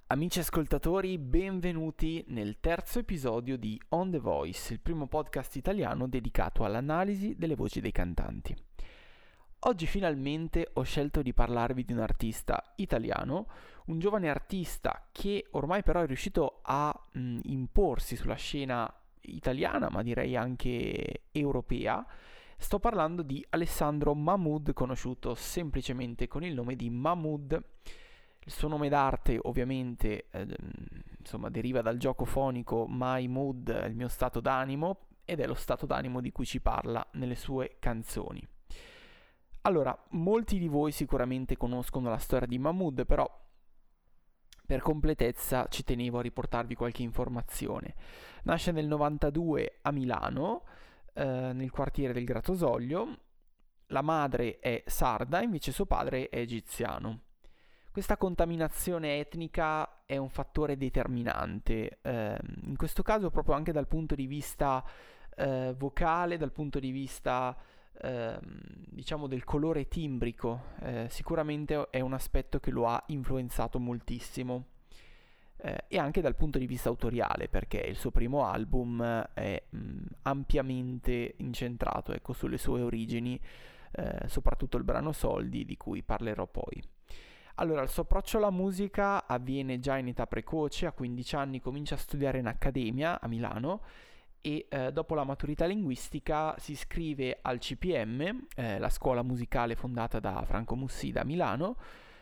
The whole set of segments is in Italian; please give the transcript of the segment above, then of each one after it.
Amici ascoltatori, benvenuti nel terzo episodio di On The Voice, il primo podcast italiano dedicato all'analisi delle voci dei cantanti. Oggi finalmente ho scelto di parlarvi di un artista italiano, un giovane artista che ormai però è riuscito a imporsi sulla scena italiana, ma direi anche europea. Sto parlando di Alessandro Mahmood, conosciuto semplicemente con il nome di Mahmood. Il suo nome d'arte ovviamente deriva dal gioco fonico My Mood, il mio stato d'animo, ed è lo stato d'animo di cui ci parla nelle sue canzoni. Allora, molti di voi sicuramente conoscono la storia di Mahmood, però per completezza ci tenevo a riportarvi qualche informazione. Nasce nel 92 a Milano, nel quartiere del Gratosoglio. La madre è sarda, invece suo padre è egiziano. Questa contaminazione etnica è un fattore determinante, in questo caso proprio anche dal punto di vista vocale, dal punto di vista del colore timbrico, sicuramente è un aspetto che lo ha influenzato moltissimo. E anche dal punto di vista autoriale, perché il suo primo album è ampiamente incentrato, sulle sue origini, soprattutto il brano Soldi, di cui parlerò poi. Allora, il suo approccio alla musica avviene già in età precoce, a 15 anni comincia a studiare in accademia a Milano e dopo la maturità linguistica si iscrive al CPM, la scuola musicale fondata da Franco Mussida a Milano,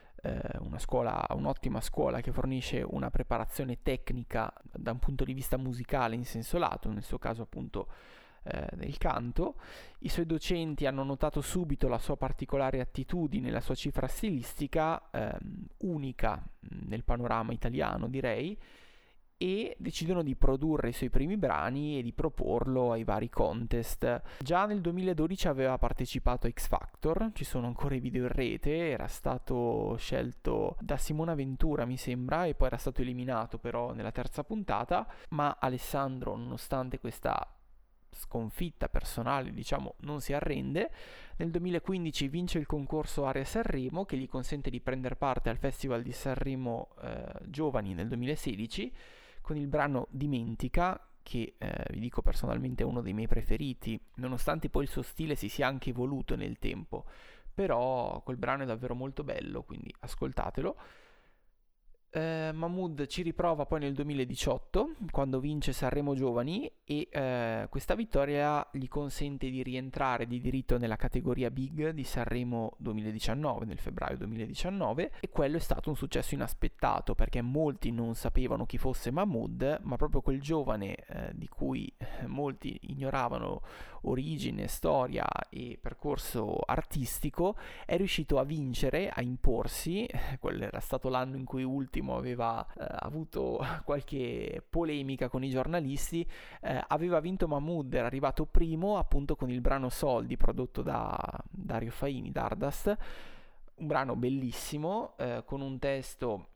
un'ottima scuola che fornisce una preparazione tecnica da un punto di vista musicale in senso lato, nel suo caso appunto del canto. I suoi docenti hanno notato subito la sua particolare attitudine, la sua cifra stilistica, unica nel panorama italiano direi, e decidono di produrre i suoi primi brani e di proporlo ai vari contest. Già nel 2012 aveva partecipato a X Factor, ci sono ancora i video in rete, era stato scelto da Simona Ventura mi sembra e poi era stato eliminato però nella terza puntata, ma Alessandro, nonostante questa sconfitta personale, non si arrende. Nel 2015 vince il concorso Area Sanremo, che gli consente di prendere parte al Festival di Sanremo Giovani nel 2016 con il brano Dimentica, che vi dico personalmente è uno dei miei preferiti, nonostante poi il suo stile si sia anche evoluto nel tempo, però quel brano è davvero molto bello, quindi ascoltatelo. Mahmood ci riprova poi nel 2018 quando vince Sanremo Giovani e questa vittoria gli consente di rientrare di diritto nella categoria Big di Sanremo 2019, nel febbraio 2019, e quello è stato un successo inaspettato perché molti non sapevano chi fosse Mahmood, ma proprio quel giovane di cui molti ignoravano origine, storia e percorso artistico è riuscito a vincere, a imporsi. Quello era stato l'anno in cui Ultimo aveva avuto qualche polemica con i giornalisti. Aveva vinto Mahmood, era arrivato primo appunto con il brano Soldi prodotto da Dario Faini, Dardust, un brano bellissimo con un testo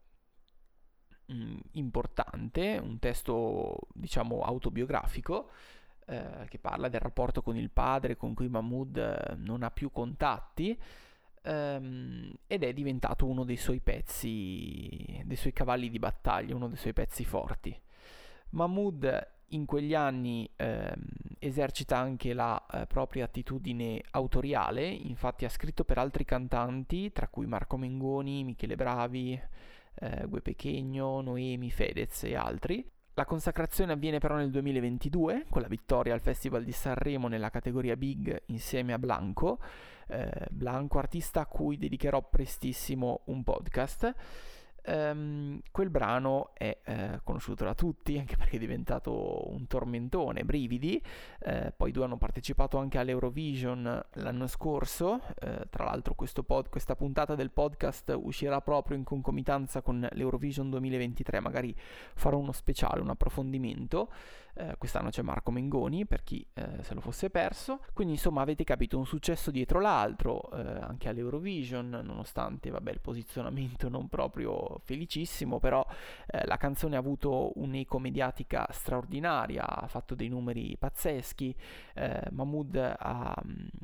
importante, un testo autobiografico che parla del rapporto con il padre con cui Mahmood non ha più contatti, ed è diventato uno dei suoi pezzi, dei suoi cavalli di battaglia, uno dei suoi pezzi forti. Mahmood in quegli anni esercita anche la propria attitudine autoriale, infatti ha scritto per altri cantanti, tra cui Marco Mengoni, Michele Bravi, Gue Pequeno, Noemi, Fedez e altri. La consacrazione avviene però nel 2022 con la vittoria al Festival di Sanremo nella categoria Big insieme a Blanco, artista a cui dedicherò prestissimo un podcast. Quel brano è conosciuto da tutti anche perché è diventato un tormentone, brividi. Poi due hanno partecipato anche all'Eurovision l'anno scorso, tra l'altro questa puntata del podcast uscirà proprio in concomitanza con l'Eurovision 2023, magari farò uno speciale, un approfondimento. Quest'anno c'è Marco Mengoni per chi se lo fosse perso, quindi insomma avete capito, un successo dietro l'altro anche all'Eurovision, nonostante il posizionamento non proprio felicissimo, però la canzone ha avuto un'eco mediatica straordinaria, ha fatto dei numeri pazzeschi. Mahmood ha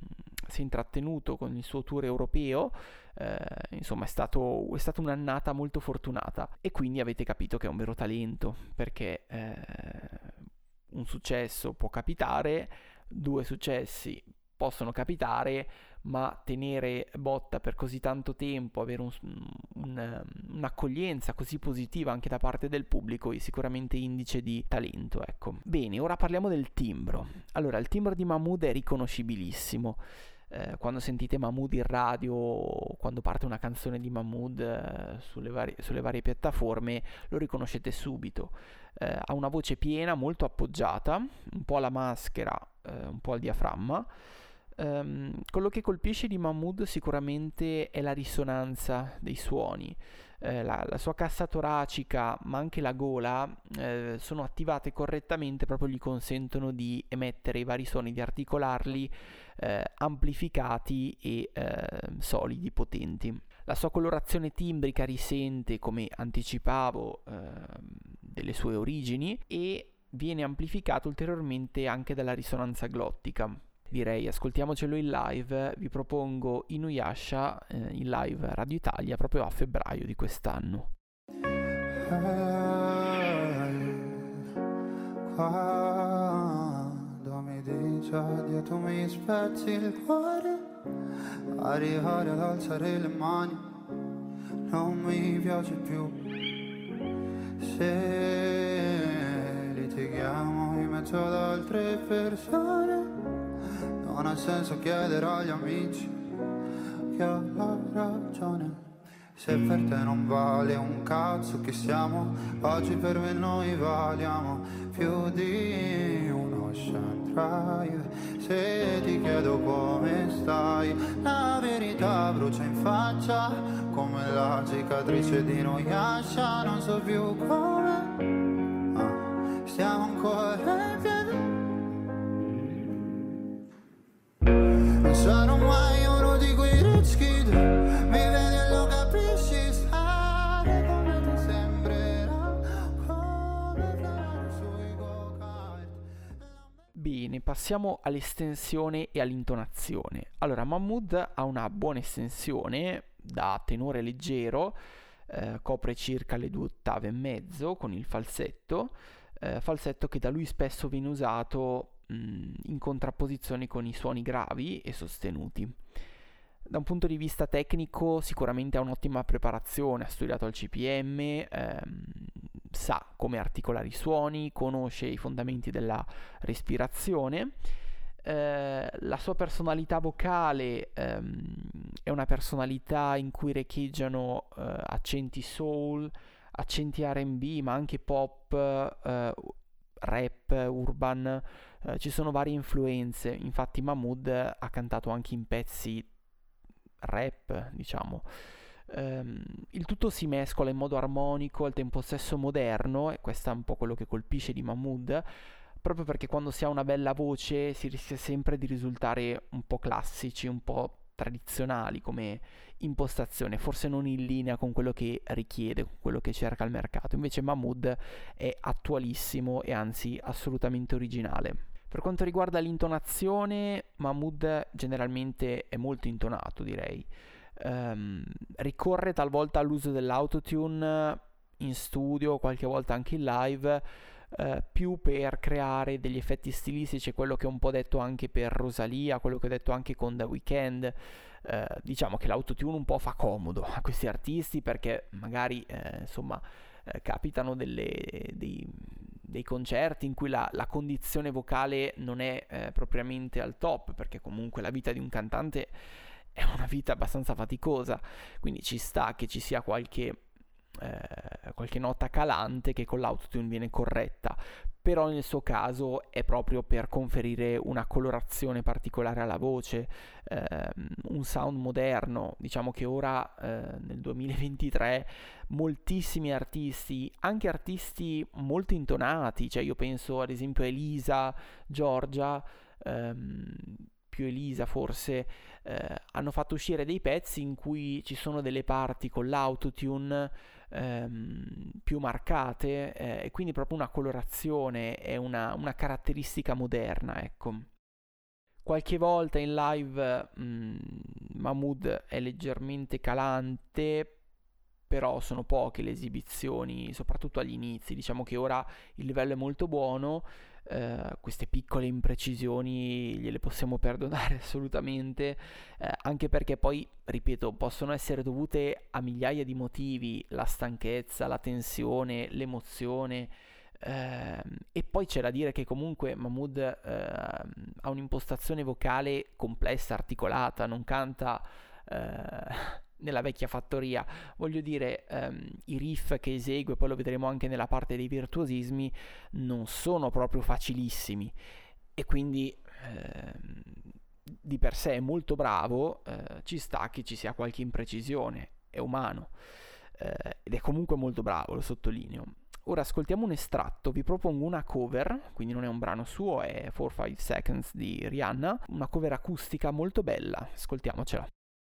si è intrattenuto con il suo tour europeo, insomma è stata un'annata molto fortunata, e quindi avete capito che è un vero talento, perché un successo può capitare, 2 successi possono capitare, ma tenere botta per così tanto tempo, avere un'accoglienza così positiva anche da parte del pubblico è sicuramente indice di talento, ecco. Bene, ora parliamo del timbro. Allora, il timbro di Mahmood è riconoscibilissimo. Quando sentite Mahmood in radio, quando parte una canzone di Mahmood sulle varie piattaforme, lo riconoscete subito. Ha una voce piena, molto appoggiata, un po' alla maschera, un po' al diaframma. Quello che colpisce di Mahmood sicuramente è la risonanza dei suoni. La sua cassa toracica, ma anche la gola, sono attivate correttamente, proprio gli consentono di emettere i vari suoni, di articolarli amplificati e solidi, potenti. La sua colorazione timbrica risente, come anticipavo, delle sue origini, e viene amplificato ulteriormente anche dalla risonanza glottica. Direi ascoltiamocelo in live. Vi propongo Inuyasha in live Radio Italia proprio a febbraio di quest'anno. Quando mi dici addio tu mi spezzi il cuore, arrivare ad alzare le mani non mi piace più. Se litighiamo in mezzo ad altre persone, non ha senso chiedere agli amici che ha ragione. Se per te non vale un cazzo che siamo, oggi per me noi valiamo più di un Ocean Drive. Se ti chiedo come stai, la verità brucia in faccia come la cicatrice di Inuyasha. Non so più come stiamo ancora in piedi. Non sarò mai uno di quei rich kid, mi vedi e lo capisci, stare come ti sembrerà, come flare sui go-kart. Bene, passiamo all'estensione e all'intonazione. Allora, Mahmood ha una buona estensione da tenore leggero, copre circa le 2 ottave e mezzo con il falsetto che da lui spesso viene usato in contrapposizione con i suoni gravi e sostenuti. Da un punto di vista tecnico sicuramente ha un'ottima preparazione, ha studiato al CPM, sa come articolare i suoni, conosce i fondamenti della respirazione. La sua personalità vocale è una personalità in cui recheggiano accenti soul, accenti R&B, ma anche pop, rap, urban. Ci sono varie influenze, infatti Mahmood ha cantato anche in pezzi rap, diciamo. Il tutto si mescola in modo armonico, al tempo stesso moderno, e questo è un po' quello che colpisce di Mahmood, proprio perché quando si ha una bella voce si rischia sempre di risultare un po' classici, un po' tradizionali come impostazione, forse non in linea con quello che richiede, con quello che cerca il mercato. Invece Mahmood è attualissimo e anzi assolutamente originale. Per quanto riguarda l'intonazione, Mahmood generalmente è molto intonato, direi. Ricorre talvolta all'uso dell'autotune in studio, qualche volta anche in live, più per creare degli effetti stilistici, quello che ho un po' detto anche per Rosalia, quello che ho detto anche con The Weeknd. Diciamo che l'autotune un po' fa comodo a questi artisti, perché magari capitano dei concerti in cui la condizione vocale non è propriamente al top, perché comunque la vita di un cantante è una vita abbastanza faticosa, quindi ci sta che ci sia qualche nota calante che con l'autotune viene corretta, però nel suo caso è proprio per conferire una colorazione particolare alla voce, un sound moderno. Diciamo che ora nel 2023 moltissimi artisti, anche artisti molto intonati, cioè io penso ad esempio a Elisa, Giorgia, più Elisa forse, hanno fatto uscire dei pezzi in cui ci sono delle parti con l'autotune più marcate, e quindi proprio una colorazione e una caratteristica moderna, ecco. Qualche volta in live Mahmood è leggermente calante, però sono poche le esibizioni, soprattutto agli inizi. Diciamo che ora il livello è molto buono, queste piccole imprecisioni gliele possiamo perdonare assolutamente, anche perché poi, ripeto, possono essere dovute a migliaia di motivi: la stanchezza, la tensione, l'emozione. E poi c'è da dire che comunque Mahmood ha un'impostazione vocale complessa, articolata, non canta nella vecchia fattoria. Voglio dire, i riff che esegue, poi lo vedremo anche nella parte dei virtuosismi, non sono proprio facilissimi, e quindi di per sé è molto bravo. Ci sta che ci sia qualche imprecisione, è umano, ed è comunque molto bravo, lo sottolineo. Ora ascoltiamo un estratto, vi propongo una cover, quindi non è un brano suo, è 4-5 Seconds di Rihanna, una cover acustica molto bella, ascoltiamocela.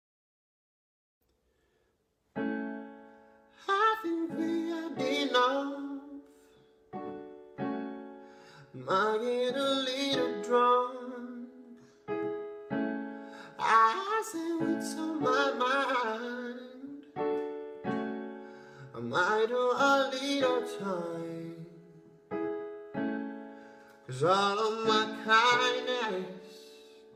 I think we had enough. I get a little drunk. I say what's on my mind. I might do a little time, 'cause all of my kindness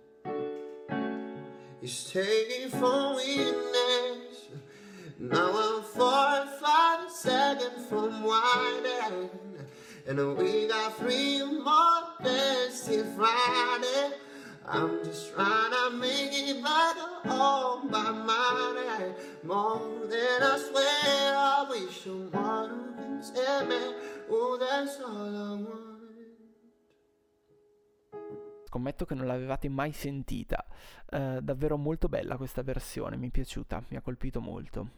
is taken for weakness. Now I'm 4 and 5 seconds from winding, and we got 3 more days till Friday. I'm just trying to make it back home by Monday. More than I swear, I wish someone who can tell me, oh, that's all I want. Scommetto che non l'avevate mai sentita, davvero molto bella questa versione, mi è piaciuta, mi ha colpito molto.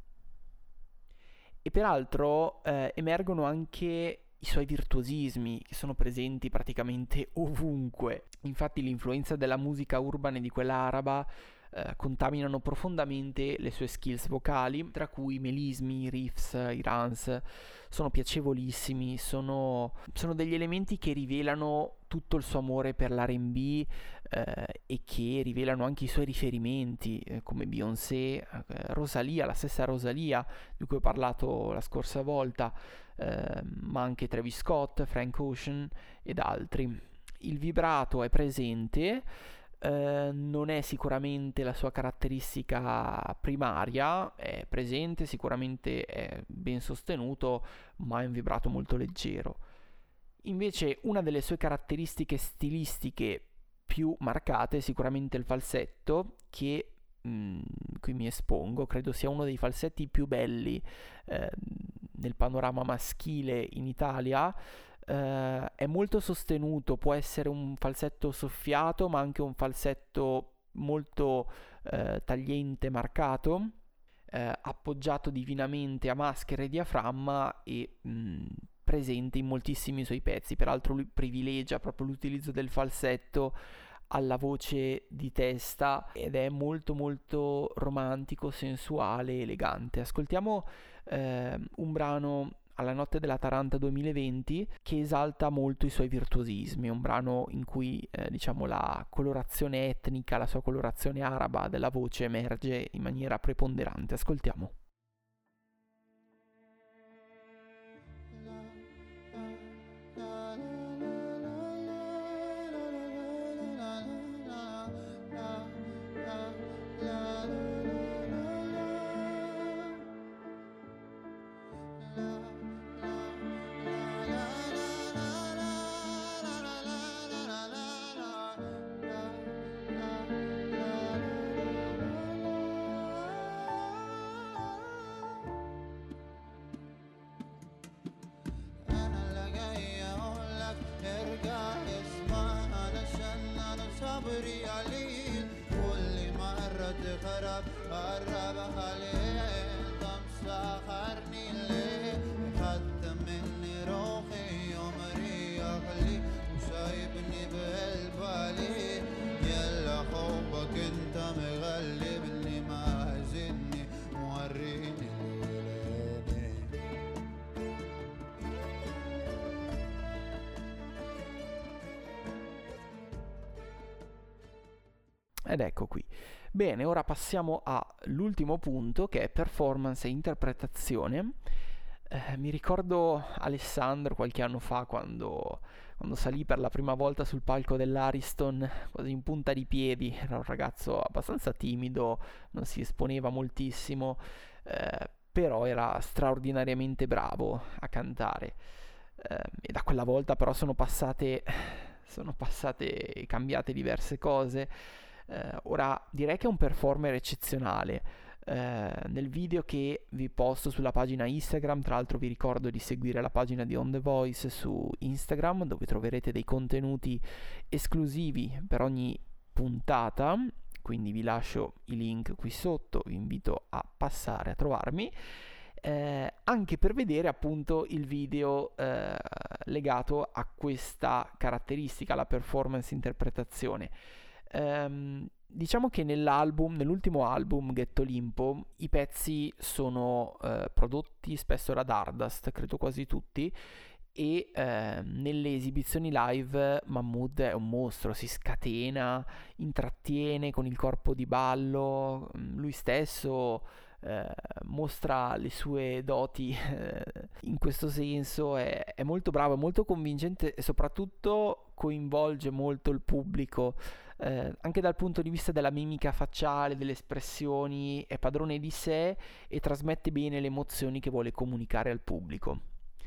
E peraltro emergono anche i suoi virtuosismi, che sono presenti praticamente ovunque. Infatti l'influenza della musica urban e di quella araba contaminano profondamente le sue skills vocali, tra cui i melismi, i riffs, i runs. Sono piacevolissimi, sono degli elementi che rivelano tutto il suo amore per l'R&B, e che rivelano anche i suoi riferimenti, come Beyoncé, Rosalia, la stessa Rosalia di cui ho parlato la scorsa volta, ma anche Travis Scott, Frank Ocean ed altri. Il vibrato è presente, non è sicuramente la sua caratteristica primaria, è presente, sicuramente è ben sostenuto, ma è un vibrato molto leggero. Invece una delle sue caratteristiche stilistiche più marcate è sicuramente il falsetto, che qui mi espongo, credo sia uno dei falsetti più belli nel panorama maschile in Italia. È molto sostenuto, può essere un falsetto soffiato, ma anche un falsetto molto tagliente, marcato, appoggiato divinamente a maschere e diaframma, e presente in moltissimi suoi pezzi. Peraltro lui privilegia proprio l'utilizzo del falsetto alla voce di testa, ed è molto molto romantico, sensuale, elegante. Ascoltiamo un brano, Alla notte della Taranta 2020, che esalta molto i suoi virtuosismi. È un brano in cui diciamo la colorazione etnica, la sua colorazione araba della voce emerge in maniera preponderante. Ascoltiamo. Ed ecco qui. Bene, ora passiamo all'ultimo punto, che è performance e interpretazione. Mi ricordo Alessandro qualche anno fa quando salì per la prima volta sul palco dell'Ariston, quasi in punta di piedi. Era un ragazzo abbastanza timido, non si esponeva moltissimo, però era straordinariamente bravo a cantare. E da quella volta però sono passate e cambiate diverse cose. Ora direi che è un performer eccezionale. Nel video che vi posto sulla pagina Instagram, tra l'altro vi ricordo di seguire la pagina di On The Voice su Instagram, dove troverete dei contenuti esclusivi per ogni puntata, quindi vi lascio i link qui sotto, vi invito a passare a trovarmi, anche per vedere appunto il video legato a questa caratteristica, la performance interpretazione. Diciamo che nell'ultimo album Ghetto Limpo, i pezzi sono prodotti spesso da Dardust, credo quasi tutti, e nelle esibizioni live Mahmood è un mostro, si scatena, intrattiene con il corpo di ballo, lui stesso mostra le sue doti in questo senso, è molto bravo, è molto convincente e soprattutto coinvolge molto il pubblico. Anche dal punto di vista della mimica facciale, delle espressioni, è padrone di sé e trasmette bene le emozioni che vuole comunicare al pubblico.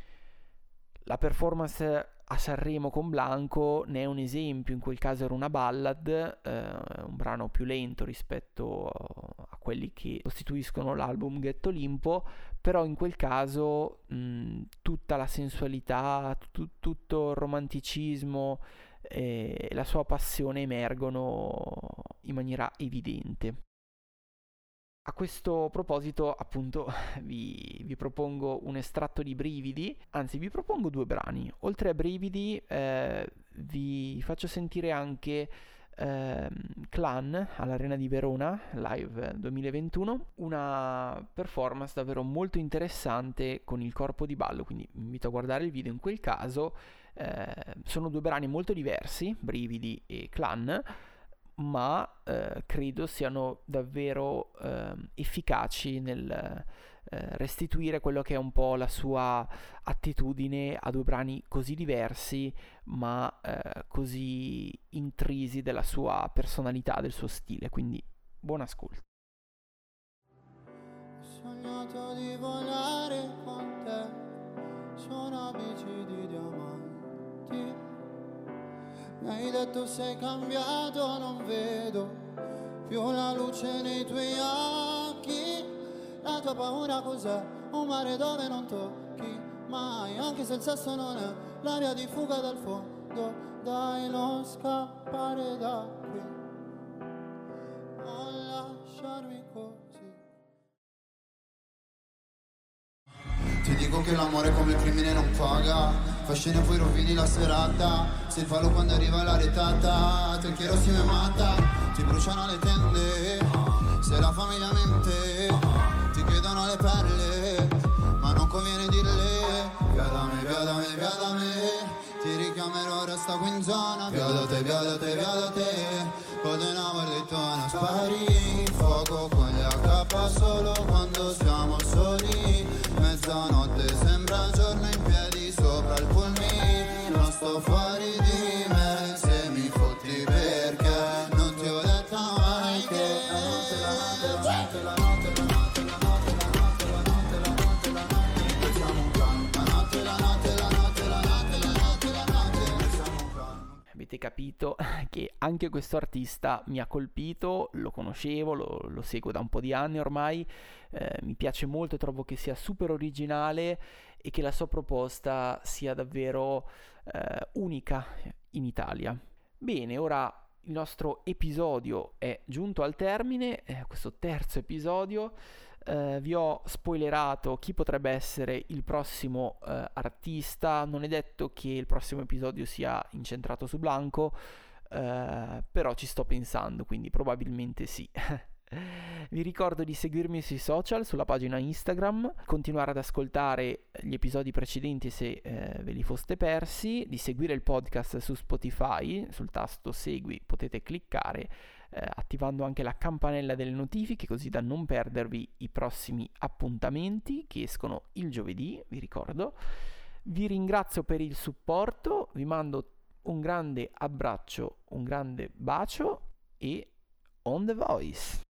La performance a Sanremo con Blanco ne è un esempio. In quel caso era una ballad, un brano più lento rispetto a quelli che costituiscono l'album Ghetto Limpo, però in quel caso tutta la sensualità, tutto il romanticismo e la sua passione emergono in maniera evidente. A questo proposito, appunto, vi propongo un estratto di Brividi, anzi vi propongo 2 brani. Oltre a Brividi vi faccio sentire anche Clan all'Arena di Verona, live 2021, una performance davvero molto interessante con il corpo di ballo, quindi vi invito a guardare il video in quel caso. Sono 2 brani molto diversi, Brividi e Clan, ma credo siano davvero efficaci nel restituire quello che è un po' la sua attitudine a 2 brani così diversi, ma così intrisi della sua personalità, del suo stile. Quindi buon ascolto. Ho sognato di volare con te su una bici di diamanti. Mi hai detto sei cambiato, non vedo più la luce nei tuoi occhi. La tua paura cos'è? Un mare dove non tocchi mai, anche se il sesso non è l'aria di fuga dal fondo. Dai, non scappare da qui, non lasciarmi così. Ti dico che l'amore come il crimine non paga, fa scene poi rovini la serata. Se il fallo quando arriva la retata, te che si me mata. Ti bruciano le tende, se la famiglia mente, ti chiedono le perle, ma non conviene dirle. Via da me, via da me, via da me, ti richiamerò, resta qui in zona. Via da te, via da te, via da te, golden hour Daytona. Spari fuoco con gli AK solo quando siamo soli. Mezzanotte sembra giorno in piedi sopra il pulmino. Sto fuori di me se mi fotti perché non ti ho detto mai che la notte, la notte, la notte, la notte, la notte, la notte, la notte, la notte, la notte, siamo un clan. La notte, la notte, la notte, la notte, la notte, la notte, siamo un clan. Avete capito che anche questo artista mi ha colpito, lo conoscevo, lo seguo da un po' di anni ormai, mi piace molto, trovo che sia super originale e che la sua proposta sia davvero unica in Italia. Bene, ora il nostro episodio è giunto al termine, questo terzo episodio. Vi ho spoilerato chi potrebbe essere il prossimo artista. Non è detto che il prossimo episodio sia incentrato su Blanco, però ci sto pensando, quindi probabilmente sì. Vi ricordo di seguirmi sui social, sulla pagina Instagram, continuare ad ascoltare gli episodi precedenti se ve li foste persi, di seguire il podcast su Spotify, sul tasto segui potete cliccare, attivando anche la campanella delle notifiche così da non perdervi i prossimi appuntamenti che escono il giovedì, vi ricordo. Vi ringrazio per il supporto, vi mando un grande abbraccio, un grande bacio e On The Voice!